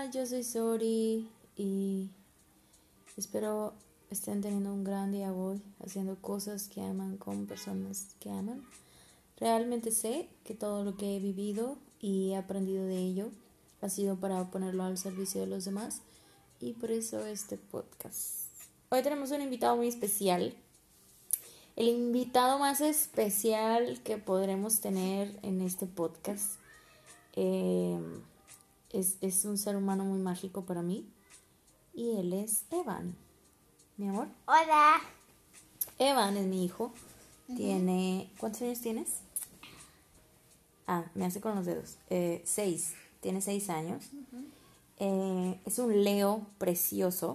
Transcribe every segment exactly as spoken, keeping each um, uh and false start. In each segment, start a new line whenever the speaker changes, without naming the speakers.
yo soy Sori y espero estén teniendo un gran día hoy, haciendo cosas que aman con personas que aman. Realmente sé que todo lo que he vivido y he aprendido de ello ha sido para ponerlo al servicio de los demás y por eso este podcast. Hoy tenemos un invitado muy especial, el invitado más especial que podremos tener en este podcast. Eh, es, es un ser humano muy mágico para mí y él es Evan. Mi amor.
Hola.
Evan es mi hijo. Uh-huh. Tiene... ¿Cuántos años tienes? Ah, me hace con los dedos. Eh, seis. Tiene seis años. Uh-huh. Eh, es un Leo precioso.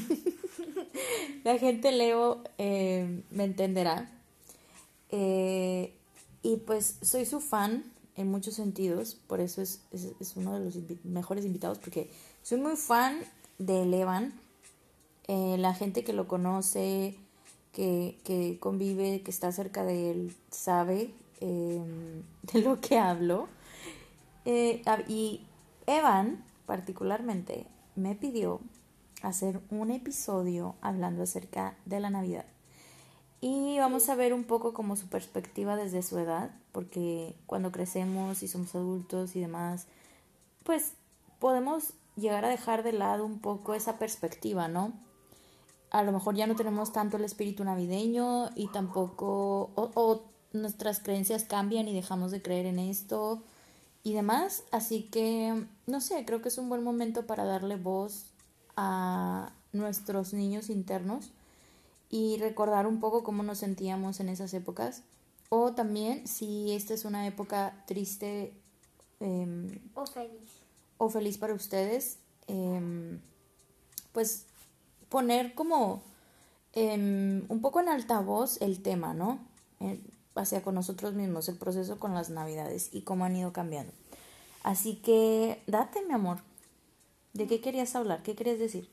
La gente Leo eh, me entenderá. Eh, y pues soy su fan en muchos sentidos. Por eso es, es, es uno de los invi- mejores invitados. Porque soy muy fan de Evan. Eh, la gente que lo conoce, que, que convive, que está cerca de él, sabe eh, de lo que hablo. Eh, y Evan, particularmente, me pidió hacer un episodio hablando acerca de la Navidad. Y vamos a ver un poco como su perspectiva desde su edad, porque cuando crecemos y somos adultos y demás, pues podemos llegar a dejar de lado un poco esa perspectiva, ¿no? A lo mejor ya no tenemos tanto el espíritu navideño y tampoco, o, o nuestras creencias cambian y dejamos de creer en esto y demás. Así que, no sé, creo que es un buen momento para darle voz a nuestros niños internos y recordar un poco cómo nos sentíamos en esas épocas. O también si esta es una época triste eh,
o feliz.
O feliz para ustedes, eh, pues poner como eh, un poco en altavoz el tema, ¿no? Eh, hacia con nosotros mismos, el proceso con las navidades y cómo han ido cambiando. Así que, date, mi amor. ¿De qué querías hablar? ¿Qué querías decir?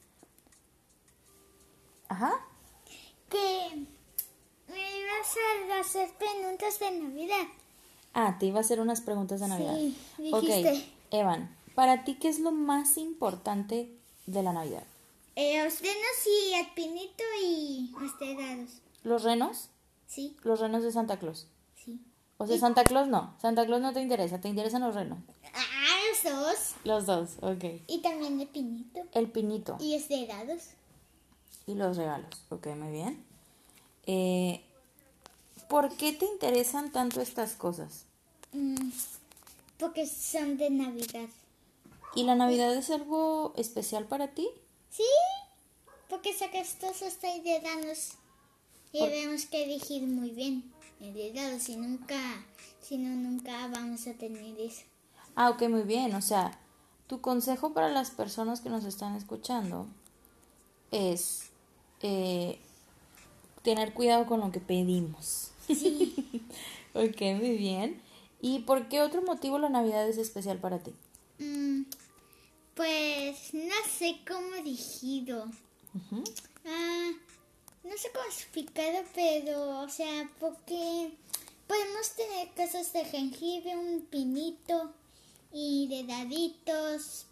Ajá.
Que me ibas a hacer preguntas de Navidad.
Ah, te iba a hacer unas preguntas de Navidad.
Sí, dijiste.
Ok, Evan, para ti, ¿qué es lo más importante de la Navidad?
Eh, los renos y el pinito y los regalos.
¿Los renos?
Sí.
Los renos de Santa Claus.
Sí.
O sea, Santa Claus no. Santa Claus no te interesa, te interesan los renos.
Ah, los dos.
Los dos, ok.
Y también el pinito.
El pinito.
Y los regalos.
Y los regalos, ok, muy bien. Eh, ¿Por qué te interesan tanto estas cosas?
Mm, porque son de Navidad.
¿Y la Navidad es algo especial para ti?
Sí, porque sacas todos estos regalos y
Por...
tenemos que elegir muy bien el regalo, si nunca, si no, nunca vamos a tener eso.
Ah, ok, muy bien. O sea, tu consejo para las personas que nos están escuchando es eh, tener cuidado con lo que pedimos.
Sí.
Ok, muy bien. ¿Y por qué otro motivo la Navidad es especial para ti?
Mm, pues no sé cómo elegido.
Uh-huh.
Ah, no sé cómo explicarlo, pero, o sea, porque podemos tener cosas de jengibre, un pinito y de daditos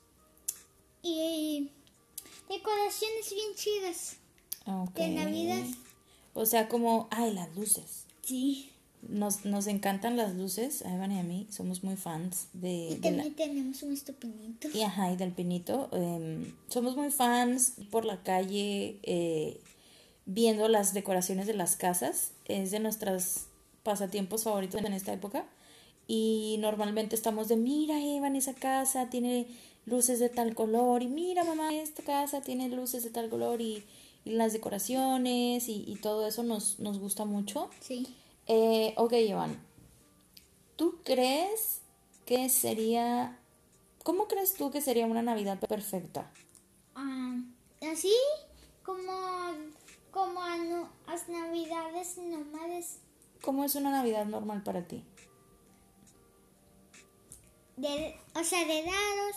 y decoraciones bien chidas
Okay.
de Navidad.
O sea, como, ay, las luces.
Sí.
Nos, nos encantan las luces, a Evan y a mí, somos muy fans de...
Y
de
también
la...
tenemos nuestro pinito.
Y ajá, y del pinito. Eh, somos muy fans por la calle, eh, viendo las decoraciones de las casas. Es de nuestros pasatiempos favoritos en esta época. Y normalmente estamos de, mira, Evan, esa casa tiene luces de tal color. Y mira, mamá, esta casa tiene luces de tal color. Y, y las decoraciones y, y todo eso nos, nos gusta mucho.
Sí.
Eh, ok, Evan. ¿Tú crees que sería... ¿Cómo crees tú que sería una Navidad perfecta?
Um, así como, como a no, las Navidades normales.
¿Cómo es una Navidad normal para ti?
De, o sea, de dados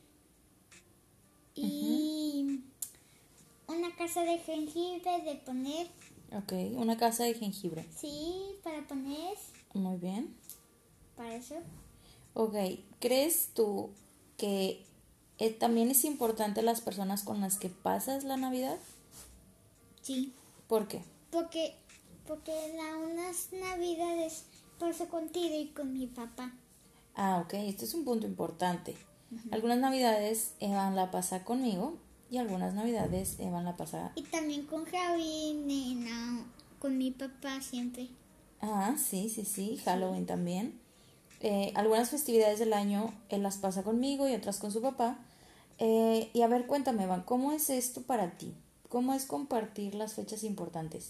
y uh-huh. Una casa de jengibre de poner.
Ok, una casa de jengibre.
Sí, para poner.
Muy bien.
Para eso.
Ok, ¿crees tú que eh, ¿también es importante las personas con las que pasas la Navidad?
Sí.
¿Por qué?
Porque, porque la, unas navidades paso contigo y con mi papá.
Ah, ok, este es un punto importante. Uh-huh. Algunas navidades Evan la pasa conmigo y algunas navidades Evan la pasa...
Y también con Javi, nena, con mi papá siempre.
Ah, sí, sí, sí, Halloween sí. También. Eh, algunas festividades del año él las pasa conmigo y otras con su papá. Eh, y a ver, cuéntame, Evan, ¿cómo es esto para ti? ¿Cómo es compartir las fechas importantes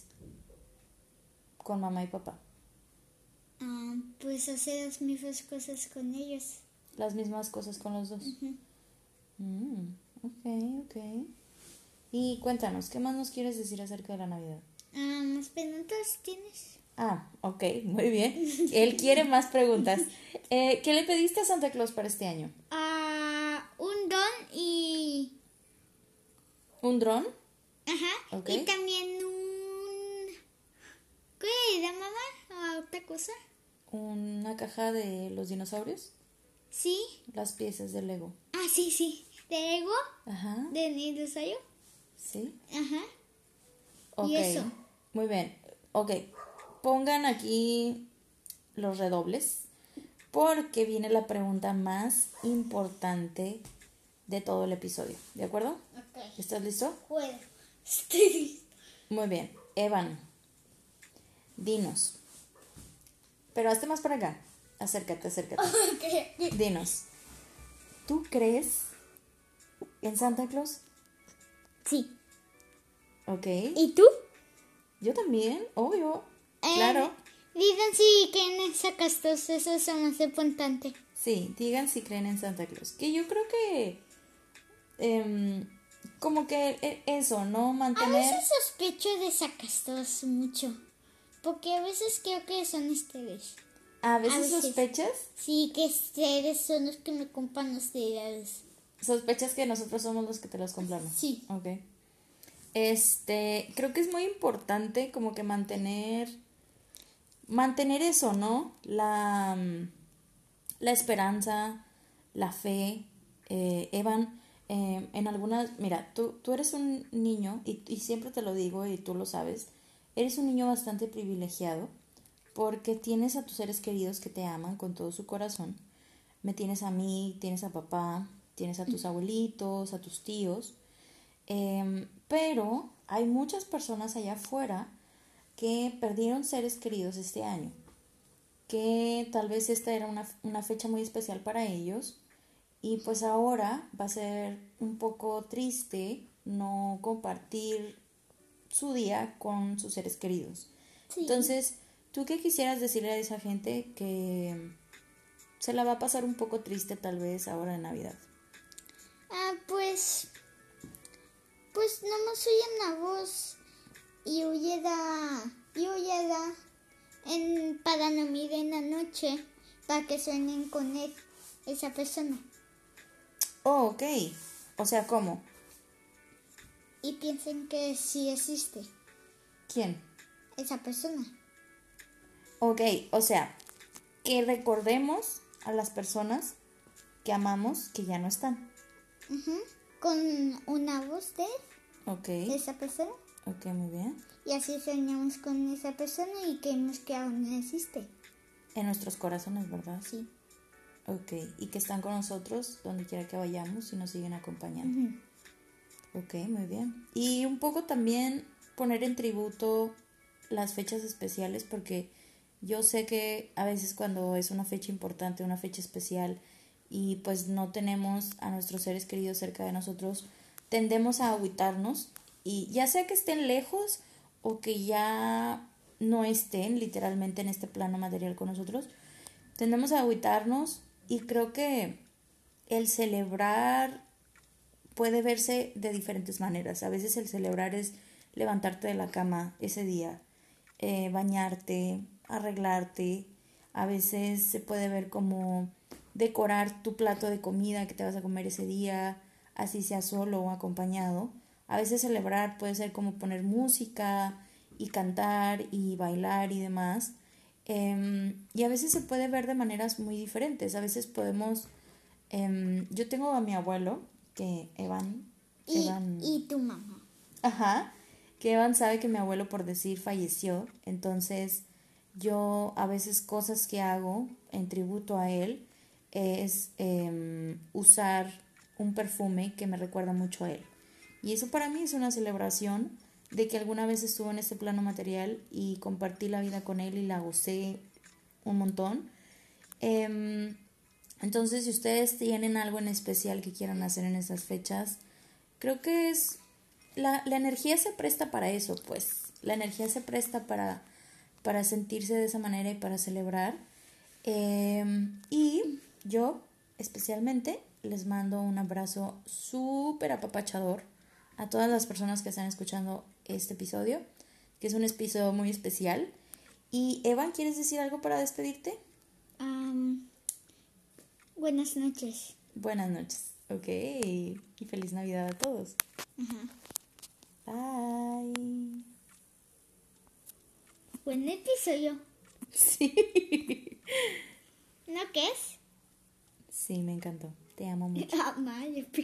con mamá y papá?
Ah, pues hacer las mismas cosas con ellos.
Las mismas cosas con los dos.
Uh-huh.
Mm, ok, ok. Y cuéntanos, ¿qué más nos quieres decir acerca de la Navidad?
Ah, ¿más preguntas tienes?
Ah, ok, muy bien. Él quiere más preguntas. Eh, ¿Qué le pediste a Santa Claus para este año?
Ah, uh, un don y...
¿Un dron?
Ajá, okay. Y también un... ¿Qué era, mamá? ¿O otra cosa?
¿Una caja de los dinosaurios?
Sí.
Las piezas de Lego.
Ah, sí, sí. ¿De Lego?
Ajá.
¿De dinosaurio?
Sí.
Ajá.
Ok.
Y eso.
Muy bien. Ok. Pongan aquí los redobles porque viene la pregunta más importante de todo el episodio. ¿De acuerdo?
Ok.
¿Estás listo?
Puedo. Estoy listo.
Muy bien. Evan, dinos. Pero hazte más para acá. Acércate, acércate.
Okay.
Dinos. ¿Tú crees en Santa Claus?
Sí.
Ok.
¿Y tú?
Yo también, obvio.
Eh,
claro.
Digan si creen en Santa Claus, eso es lo más importante.
Sí, digan si creen en Santa Claus. Que yo creo que... Eh, como que eso, ¿no? Mantener...
A veces sospecho de Santa Claus mucho. Porque a veces creo que son ustedes.
¿A veces, ¿A veces sospechas?
Sí, que ustedes son los que me compran las ideas.
¿Sospechas que nosotros somos los que te las compramos?
Sí.
Ok. Este, creo que es muy importante como que mantener... Mantener eso, ¿no? La, la esperanza, la fe. Eh, Evan, eh, en algunas... Mira, tú, tú eres un niño, y, y siempre te lo digo y tú lo sabes, eres un niño bastante privilegiado porque tienes a tus seres queridos que te aman con todo su corazón. Me tienes a mí, tienes a papá, tienes a tus abuelitos, a tus tíos. Eh, pero hay muchas personas allá afuera que perdieron seres queridos este año, que tal vez esta era una, una fecha muy especial para ellos y pues ahora va a ser un poco triste no compartir su día con sus seres queridos. Sí. Entonces, ¿tú qué quisieras decirle a esa gente que se la va a pasar un poco triste tal vez ahora en Navidad?
Ah, pues, pues nomás oyen la voz y huyera, y huyera en, para no mirar en la noche, para que suenen con él, esa persona.
Oh, ok. O sea, ¿cómo?
Y piensen que sí existe.
¿Quién?
Esa persona.
Ok, o sea, que recordemos a las personas que amamos que ya no están.
Uh-huh. Con una voz de
okay.
esa persona.
Ok, muy bien.
Y así soñamos con esa persona y creemos que aún no existe.
En nuestros corazones, ¿verdad?
Sí.
Ok, y que están con nosotros donde quiera que vayamos y nos siguen acompañando. Uh-huh. Ok, muy bien. Y un poco también poner en tributo las fechas especiales, porque yo sé que a veces cuando es una fecha importante, una fecha especial, y pues no tenemos a nuestros seres queridos cerca de nosotros, tendemos a agüitarnos, y ya sea que estén lejos o que ya no estén literalmente en este plano material con nosotros, tendemos a agüitarnos, y creo que el celebrar puede verse de diferentes maneras. A veces el celebrar es levantarte de la cama ese día, eh, bañarte, arreglarte. A veces se puede ver como decorar tu plato de comida que te vas a comer ese día, así sea solo o acompañado. A veces celebrar puede ser como poner música y cantar y bailar y demás. Eh, y a veces se puede ver de maneras muy diferentes. A veces podemos... Eh, yo tengo a mi abuelo, que Evan...
Y,
Evan
y tu mamá.
Ajá, que Evan sabe que mi abuelo, por decir, falleció. Entonces, yo a veces cosas que hago en tributo a él es eh, usar un perfume que me recuerda mucho a él. Y eso para mí es una celebración de que alguna vez estuvo en este plano material y compartí la vida con él y la gocé un montón. Eh, entonces, si ustedes tienen algo en especial que quieran hacer en estas fechas, creo que es... La, la energía se presta para eso, pues. La energía se presta para, para sentirse de esa manera y para celebrar. Eh, y yo, especialmente, les mando un abrazo súper apapachador a todas las personas que están escuchando este episodio, que es un episodio muy especial. Y Evan, ¿quieres decir algo para despedirte?
Um, buenas noches.
Buenas noches. Ok. Y feliz Navidad a todos.
Ajá.
Bye.
Buen episodio.
Sí.
¿No qué es?
Sí, me encantó. Te amo mucho.
Ah, madre.